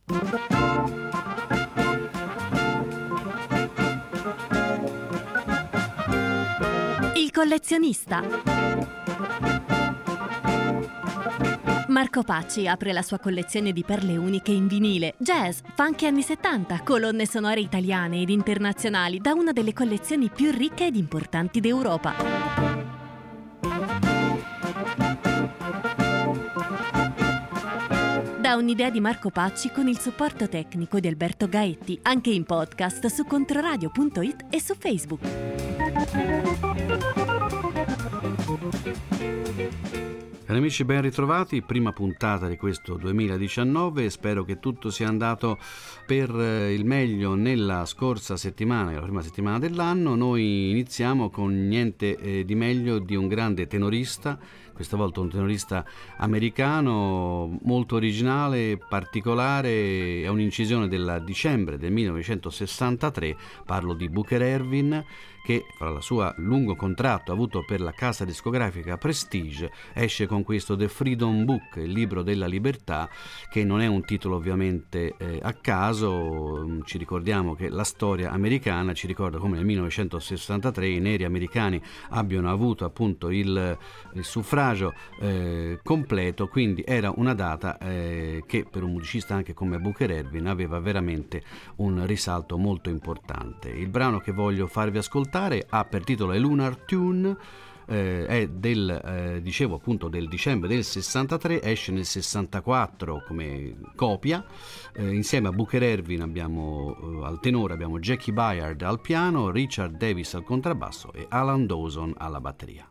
Il collezionista. Marco Pacci apre la sua collezione di perle uniche in vinile, jazz, funk anni 70, colonne sonore italiane ed internazionali da una delle collezioni più ricche ed importanti d'Europa. Da un'idea di Marco Pacci con il supporto tecnico di Alberto Gaetti, anche in podcast su controradio.it e su Facebook. Cari amici, ben ritrovati, prima puntata di questo 2019, spero che tutto sia andato per il meglio nella scorsa settimana, la prima settimana dell'anno. Noi iniziamo con niente di meglio di un grande tenorista, questa volta un tenorista americano molto originale, particolare, è un'incisione del dicembre del 1963, parlo di Booker Ervin, che fra il suo lungo contratto avuto per la casa discografica Prestige esce con questo The Freedom Book, il libro della libertà, che non è un titolo ovviamente a caso. Ci ricordiamo che la storia americana ci ricorda come nel 1963 i neri americani abbiano avuto appunto il suffragio completo, quindi era una data che per un musicista anche come Booker Ervin aveva veramente un risalto molto importante. Il brano che voglio farvi ascoltare ha per titolo A Lunar Tune, è dicevo appunto del dicembre del 63, esce nel 64 come copia, insieme a Booker Ervin abbiamo al tenore abbiamo Jackie Byard al piano, Richard Davis al contrabbasso e Alan Dawson alla batteria.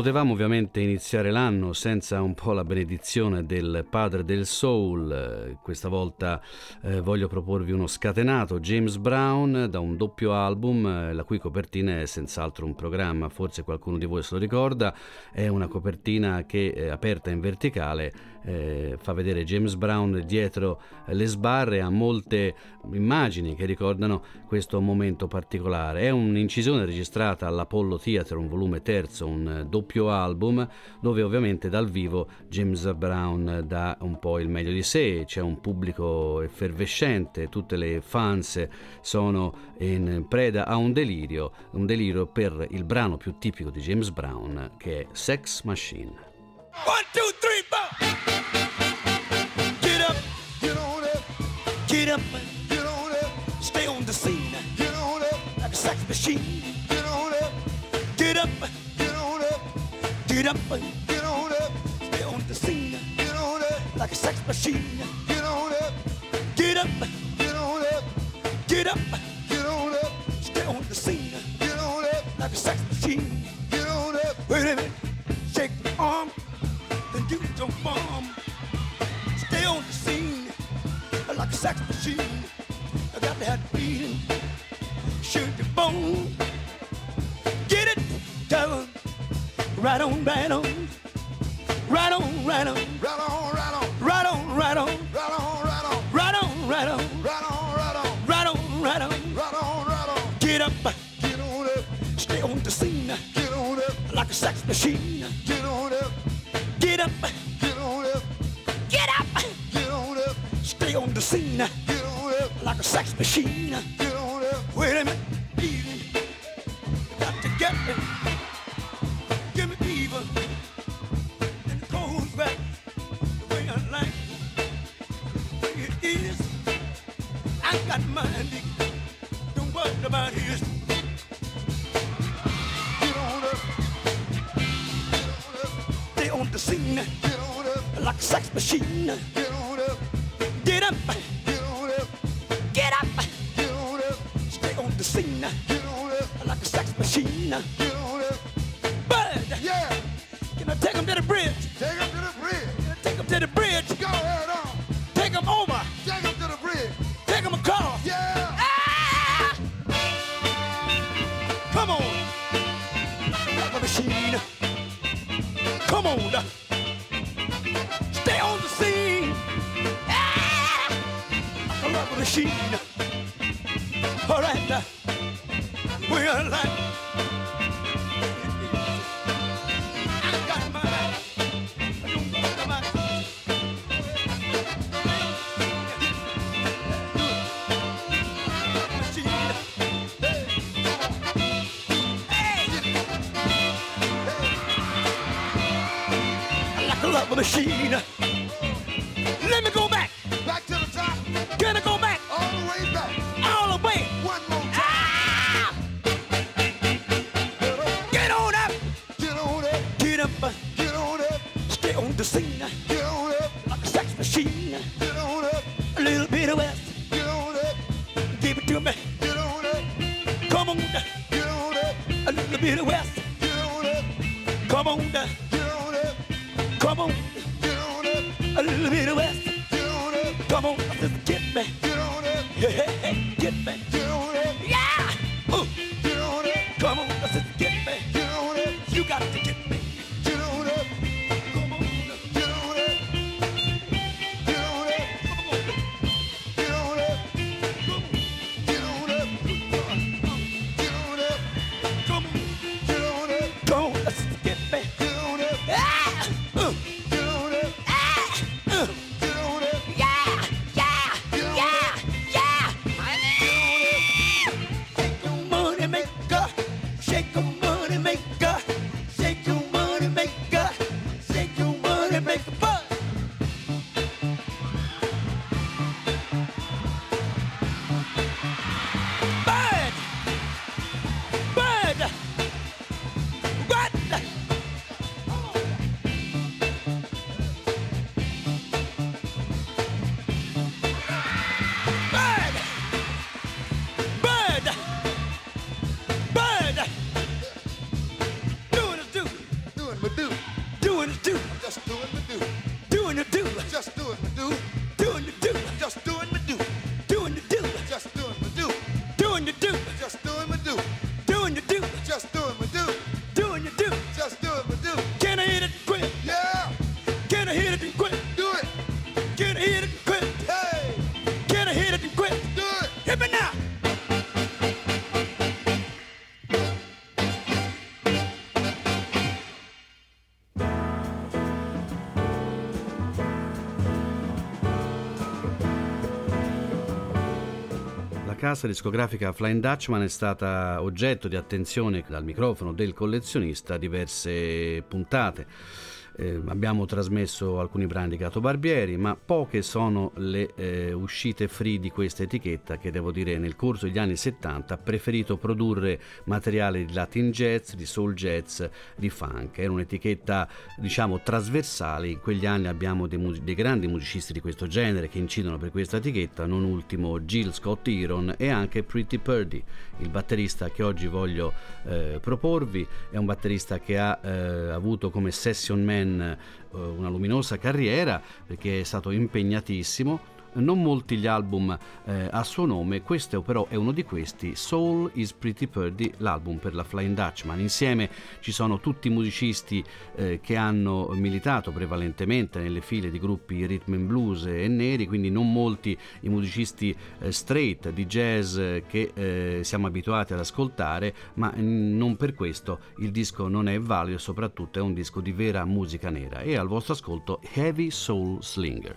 potevamo ovviamente iniziare l'anno senza un po' la benedizione del padre del soul. Questa volta voglio proporvi uno scatenato James Brown da un doppio album, la cui copertina è senz'altro un programma, forse qualcuno di voi se lo ricorda. È una copertina che aperta in verticale fa vedere James Brown dietro le sbarre, a molte immagini che ricordano questo momento particolare. È un'incisione registrata all'Apollo Theatre, un volume terzo, un doppio album, dove ovviamente dal vivo James Brown dà un po' il meglio di sé, c'è un pubblico effervescente, tutte le fans sono in preda a un delirio per il brano più tipico di James Brown, che è Sex Machine. 1, 2, 3, 4. Get up, get on up, get up, get on up, stay on the scene, get on up, like a sex machine, get on up, get up, get on up, get up, get on up, stay on the scene, get on up, like a sex machine, get on up, get up, get on up, get up, get on up, stay on the scene, get on up, like a sex machine, get on up. Wait a minute, shake the arm. Then you don't bomb. Stay on the scene like a sex machine. I got to have the feeling. Shoot your bone. Get it done. Right on, right on. Right on, right on. Right on, right on. Right on, right on. Right on, right on. Right on, right on. Right on, right on. Right on, right on. Right on, right on. Get up. Get on up. Stay on the scene. Get on up. Like a sex machine. Get on up. Get up, get on up, get up, get on up, stay on the scene, get on up, like a sex machine, get on up. Wait a minute, Eden, you got to get me, give me fever, and the cold back, the way I like, the way it is. I got mine, don't worry about his. Get on up. On the scene, get on up, like a sex machine. Get on up, get up, get on up, get up, get on up. Stay on the scene, get on up, like a sex machine. Get on up, Bud. Yeah. Can I take him to the bridge? Take him to the bridge. Can I take him to the bridge? Go ahead on. Take him over. Take him to the bridge. Take him across. Yeah. Ah! Come on, like a machine. Come on, stay on the scene, like a rubber machine. All right, we're like, I got mine. I don't got mine. Machine. Rubber machine. Let me go back. Back to the top. Can I go back? All the way back. All the way. One more time. Ah! Get on up. Get on up. Get up. Get on up. Stay on the scene. Get on up. Like a sex machine. Get on up. A little bit of west. Get on up. Give it to me. Get on up. Come on. Get on up. A little bit of west. Get on up. Come on. Come on, get on up, a little bit of west. Get on up, come on, just get me. Get on up, hey, get me. Get on up, yeah. Get on up, come on, just get me. Get on up, you got to get me. Get on up, come on, get on up. Get on up, come on, get on up. Get on up, get on up, come on, get on up. Come on, just get me. Get on up, ah. I'm just doing my do. Doing the do. Just doing my do. Doing the do. Just doing my do. Doing the do. Just doing my do. Doing the do. Just doing my do. Doing the do. Just doing my do. Doing the do. Just doing my do. Can I hit it and quit? Yeah. Can I hit it and quit? Do it. Can I hit it and quit? Hey. Can I hit it and quit? Do it. Hit me now. La casa discografica Flying Dutchman è stata oggetto di attenzione dal microfono del collezionista diverse puntate. Abbiamo trasmesso alcuni brani di Gato Barbieri, ma poche sono le uscite free di questa etichetta che, devo dire, nel corso degli anni 70 ha preferito produrre materiale di Latin jazz, di soul jazz, di funk. Era un'etichetta, diciamo, trasversale. In quegli anni abbiamo dei grandi musicisti di questo genere che incidono per questa etichetta, non ultimo Gil Scott-Heron e anche Pretty Purdy. Il batterista che oggi voglio proporvi è un batterista che ha avuto come session man una luminosa carriera, perché è stato impegnatissimo. Non molti gli album a suo nome, questo però è uno di questi, Soul is Pretty Purdy, l'album per la Flying Dutchman. Insieme ci sono tutti i musicisti che hanno militato prevalentemente nelle file di gruppi rhythm and blues e neri, quindi non molti i musicisti straight di jazz che siamo abituati ad ascoltare, ma non per questo il disco non è valido, soprattutto è un disco di vera musica nera. E al vostro ascolto Heavy Soul Slinger.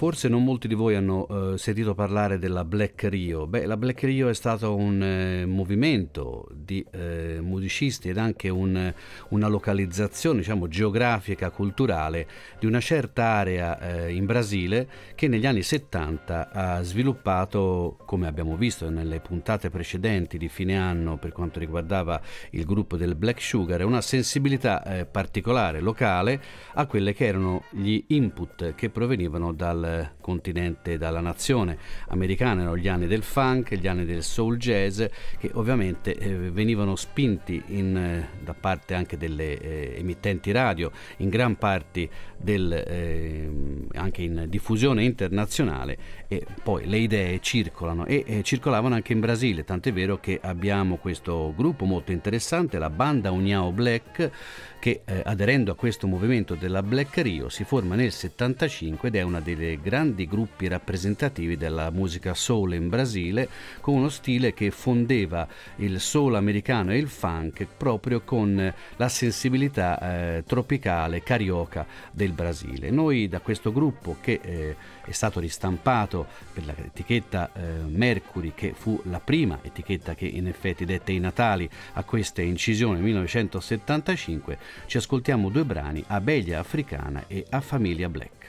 Forse non molti di voi hanno sentito parlare della Black Rio. La Black Rio è stato un movimento di musicisti ed anche una localizzazione, diciamo, geografica, culturale di una certa area in Brasile che negli anni 70 ha sviluppato, come abbiamo visto nelle puntate precedenti di fine anno per quanto riguardava il gruppo del Black Sugar, una sensibilità particolare, locale, a quelle che erano gli input che provenivano dal continente, dalla nazione americana. Erano gli anni del funk, gli anni del soul jazz, che ovviamente venivano spinti da parte anche delle emittenti radio, in gran parte anche in diffusione internazionale, e poi le idee circolano e circolavano anche in Brasile, tant'è vero che abbiamo questo gruppo molto interessante, la Banda União Black, che aderendo a questo movimento della Black Rio si forma nel 75 ed è una delle grandi gruppi rappresentativi della musica soul in Brasile, con uno stile che fondeva il soul americano e il funk proprio con la sensibilità tropicale carioca del Brasile. Noi da questo gruppo, che è stato ristampato per l'etichetta Mercury, che fu la prima etichetta che in effetti dette i natali a queste incisioni nel 1975, ci ascoltiamo due brani, Abelha Africana e A Famiglia Black.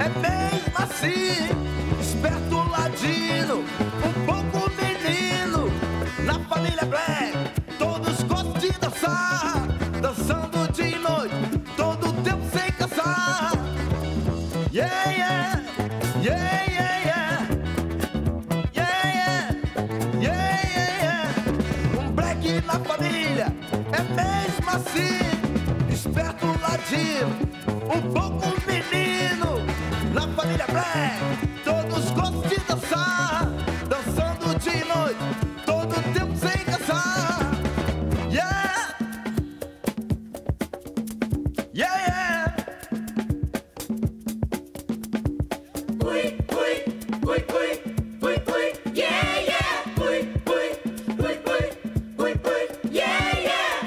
é mesmo assim, esperto ladino, um pouco menino, na família Black, todos gostam de dançar, dançando de noite, todo tempo sem cansar. Yeah, yeah, yeah, yeah, yeah, yeah, yeah, yeah, yeah, yeah. Black na família, é mesmo assim, esperto ladino, um pouco menino, na família Black, todos gostam de dançar, dançando de noite, todo tempo sem cansar. Yeah, yeah, yeah. Ui, ui, ui, ui, ui, ui, yeah, yeah. Ui, ui, ui, ui, ui, ui, yeah, yeah.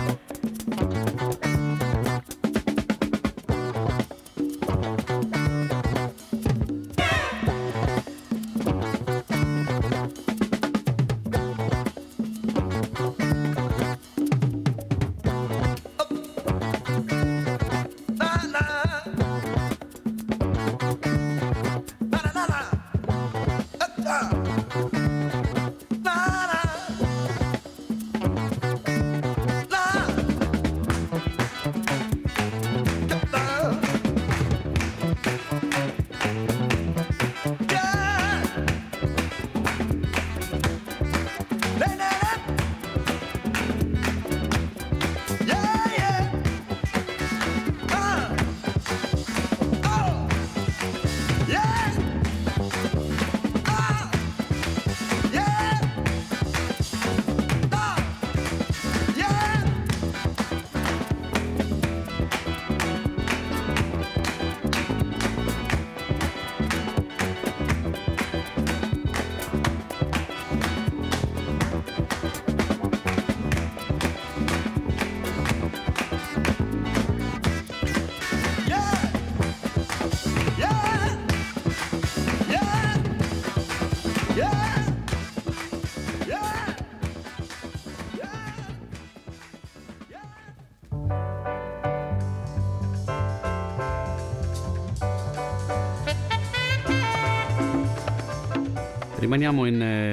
Rimaniamo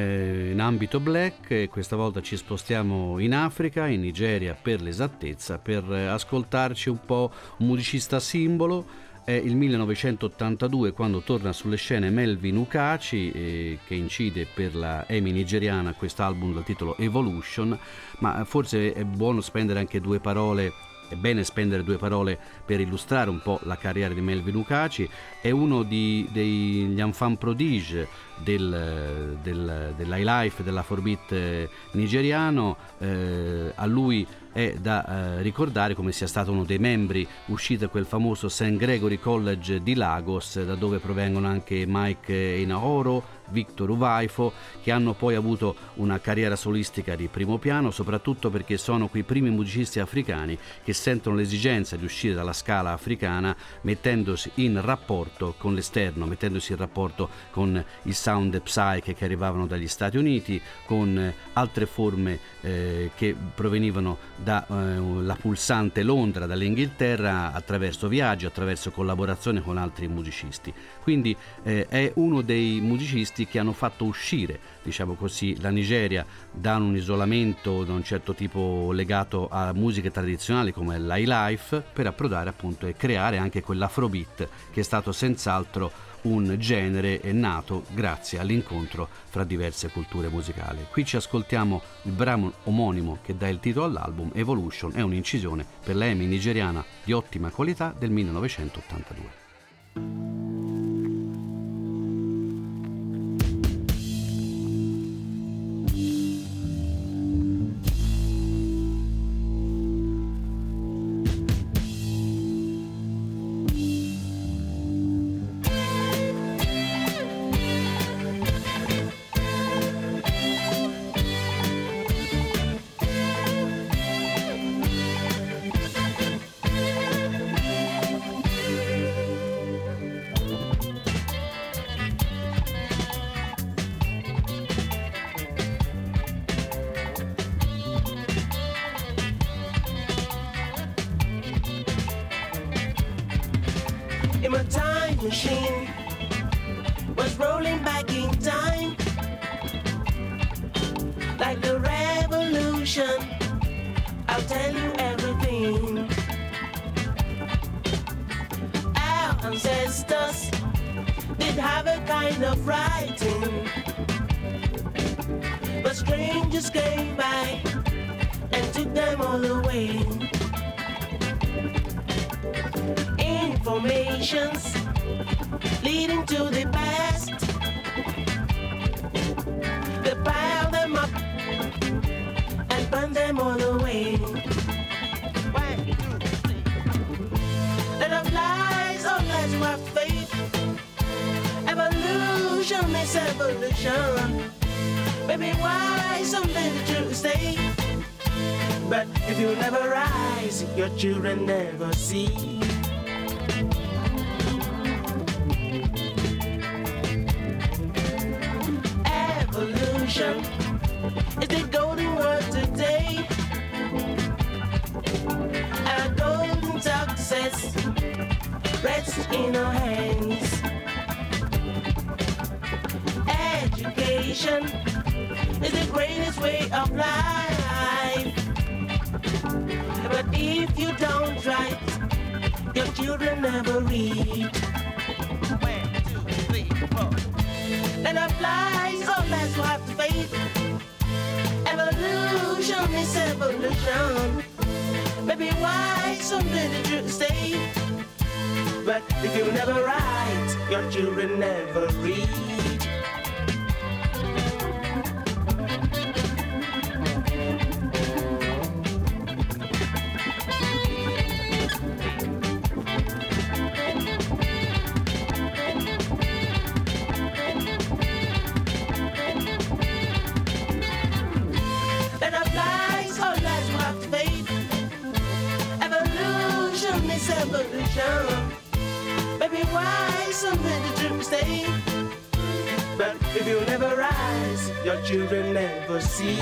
in ambito black e questa volta ci spostiamo in Africa, in Nigeria per l'esattezza, per ascoltarci un po' un musicista simbolo. È il 1982 quando torna sulle scene Melvin Ukachi, che incide per la EMI nigeriana quest'album dal titolo Evolution, ma forse è buono spendere anche due parole. È bene spendere due parole per illustrare un po' la carriera di Melvin Ukachi. È uno degli enfant prodige dell'highlife, dell'afrobeat nigeriano. A lui è da ricordare come sia stato uno dei membri usciti da quel famoso St. Gregory College di Lagos, da dove provengono anche Mike Enaoro, Victor Uvaifo, che hanno poi avuto una carriera solistica di primo piano, soprattutto perché sono quei primi musicisti africani che sentono l'esigenza di uscire dalla scala africana, mettendosi in rapporto con l'esterno, mettendosi in rapporto con il sound psyche che arrivavano dagli Stati Uniti, con altre forme che provenivano dalla pulsante Londra, dall'Inghilterra, attraverso viaggi, attraverso collaborazione con altri musicisti. Quindi è uno dei musicisti che hanno fatto uscire, diciamo così, la Nigeria da un isolamento da un certo tipo legato a musiche tradizionali come l'highlife, per approdare appunto e creare anche quell'afrobeat che è stato senz'altro un genere nato grazie all'incontro fra diverse culture musicali. Qui ci ascoltiamo il brano omonimo che dà il titolo all'album. Evolution è un'incisione per la EMI nigeriana di ottima qualità del 1982. in my time machine was rolling back in time like a revolution. I'll tell you everything. Our ancestors did have a kind of writing, but strangers came by and took them all away. Informations leading to the past, they pile them up and burn them all away. 1, 2, 3. Let of lies, all lies who have faith. Evolution is evolution. Baby, why some little truth stay? But if you never rise, your children never see. Evolution is the golden word today. Our golden success rests in our hands. Education is the greatest way of life. But if you don't write, your children never read. 1, 2, 3, 4. Let up lies, all lies will have faith. Evolution is evolution. Maybe why some little truth stay. But if you never write, your children never read. Baby, why some little dreams stay? But if you never rise, your children never see.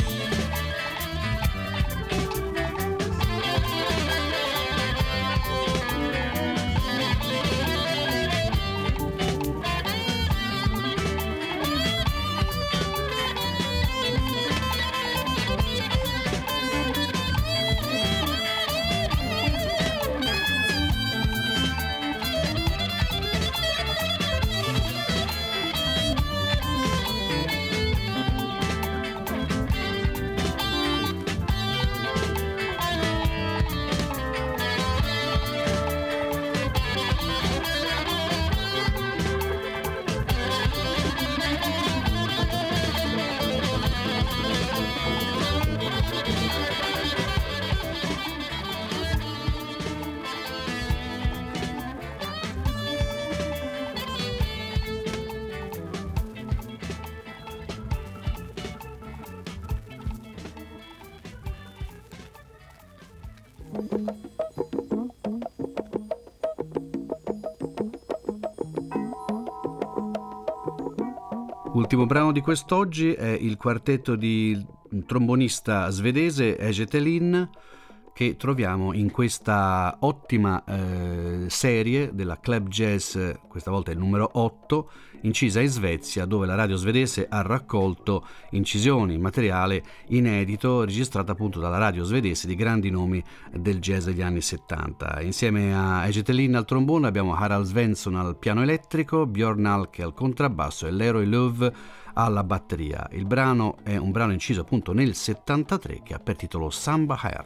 Ultimo brano di quest'oggi è il quartetto di un trombonista svedese Ege Thelin, che troviamo in questa ottima serie della Club Jazz, questa volta il numero 8, incisa in Svezia, dove la radio svedese ha raccolto incisioni, materiale inedito registrato appunto dalla radio svedese di grandi nomi del jazz degli anni 70. Insieme a Ege Thelin al trombone abbiamo Harald Svensson al piano elettrico, Björn Alke al contrabbasso e Leroy Löw alla batteria. Il brano è un brano inciso appunto nel 73 che ha per titolo Samba Hair.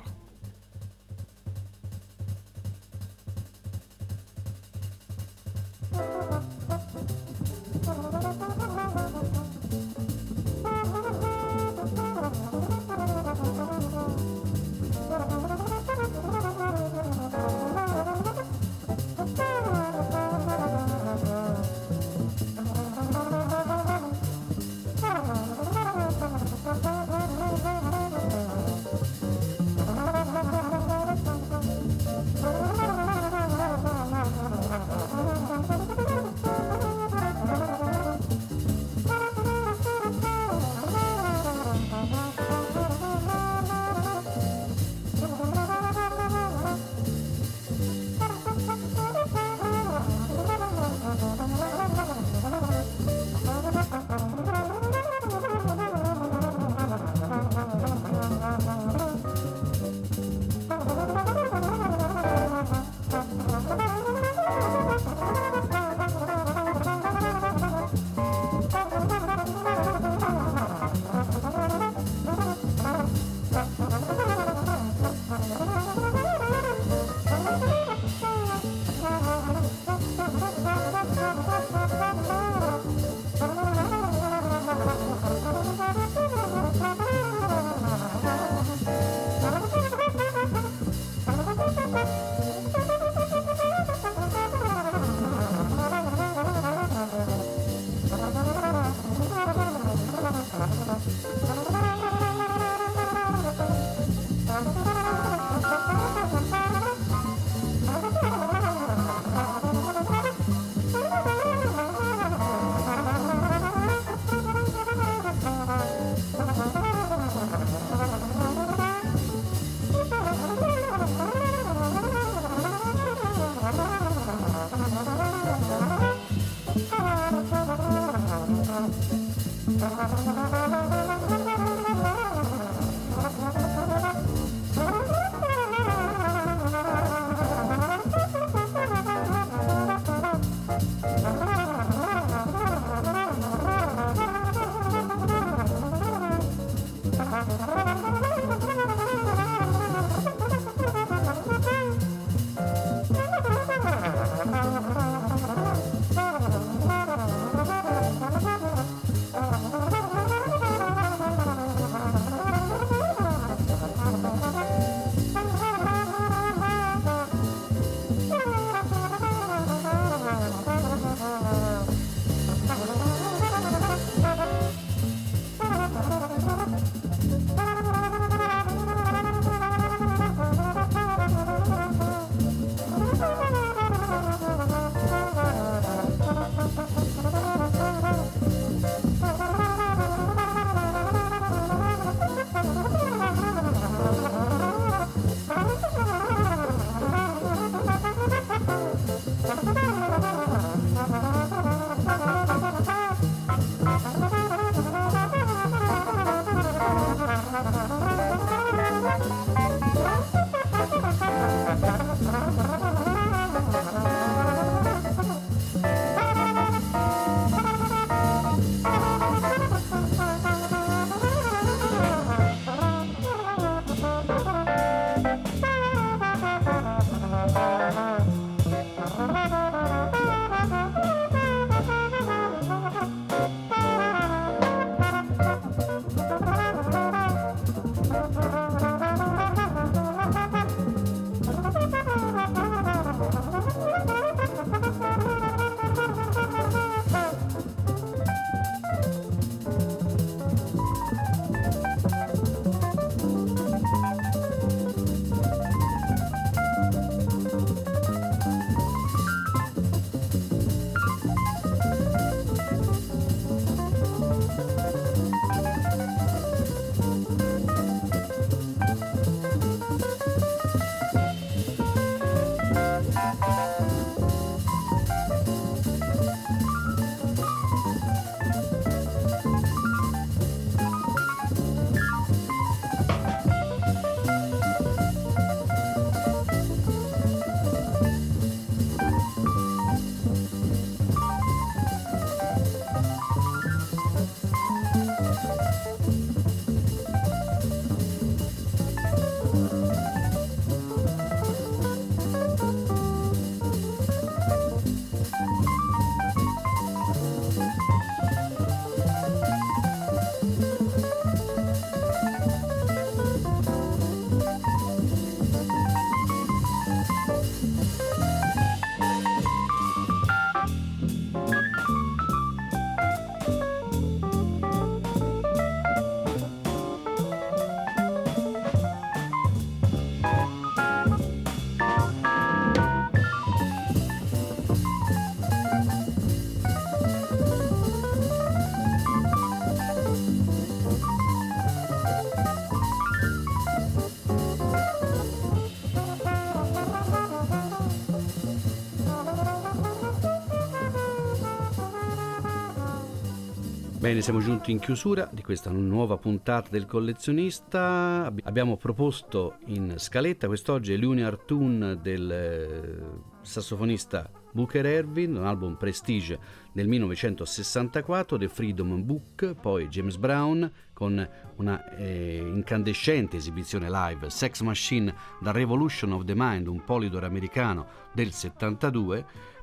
Bene, siamo giunti in chiusura di questa nuova puntata del collezionista. Abbiamo proposto in scaletta quest'oggi il Lunar Tune del sassofonista Booker Ervin, un album Prestige del 1964, The Freedom Book, poi James Brown con una incandescente esibizione live, Sex Machine, da Revolution of the Mind, un polydor americano del 72,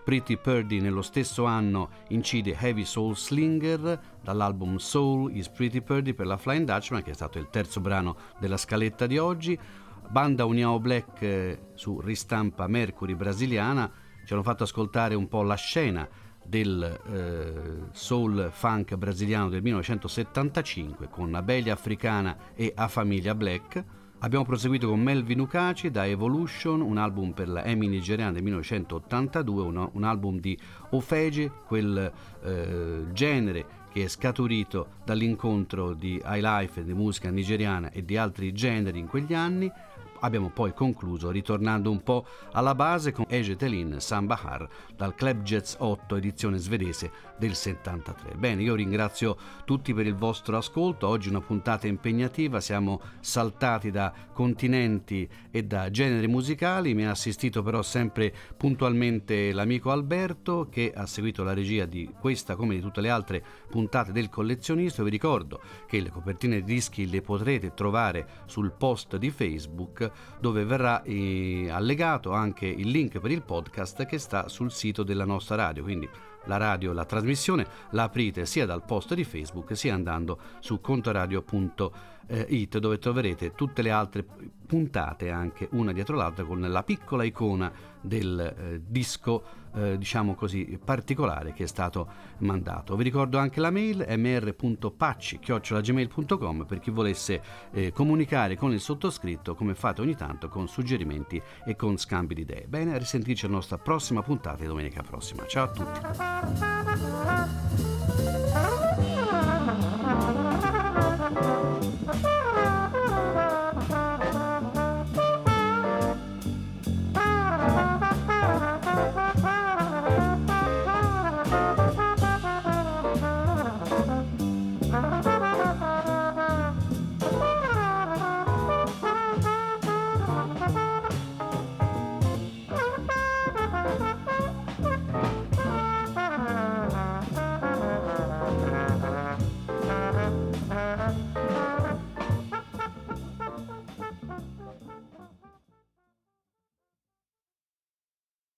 Pretty Purdy nello stesso anno incide Heavy Soul Slinger dall'album Soul is Pretty Purdy per la Flying Dutchman, che è stato il terzo brano della scaletta di oggi. Banda União Black su ristampa Mercury brasiliana ci hanno fatto ascoltare un po' la scena del soul funk brasiliano del 1975 con Abelha Africana e A Famiglia Black. Abbiamo proseguito con Melvin Ukaci da Evolution, un album per la EMI nigeriana del 1982, un album di Ofege, quel genere che è scaturito dall'incontro di highlife, di musica nigeriana e di altri generi in quegli anni. Abbiamo poi concluso ritornando un po' alla base con Ejetelin Sambahar dal Club Jazz 8 edizione svedese del 73. Bene, io ringrazio tutti per il vostro ascolto. Oggi una puntata impegnativa, siamo saltati da continenti e da generi musicali. Mi ha assistito però sempre puntualmente l'amico Alberto, che ha seguito la regia di questa come di tutte le altre puntate del Collezionista. Vi ricordo che le copertine di dischi le potrete trovare sul post di Facebook, dove verrà allegato anche il link per il podcast che sta sul sito della nostra radio. Quindi la radio, la trasmissione la aprite sia dal post di Facebook sia andando su contoradio.it, dove troverete tutte le altre puntate anche una dietro l'altra con la piccola icona del disco diciamo così particolare che è stato mandato. Vi ricordo anche la mail mr.pacci@gmail.com per chi volesse comunicare con il sottoscritto, come fate ogni tanto, con suggerimenti e con scambi di idee. Bene, a risentirci alla nostra prossima puntata di domenica prossima. Ciao a tutti.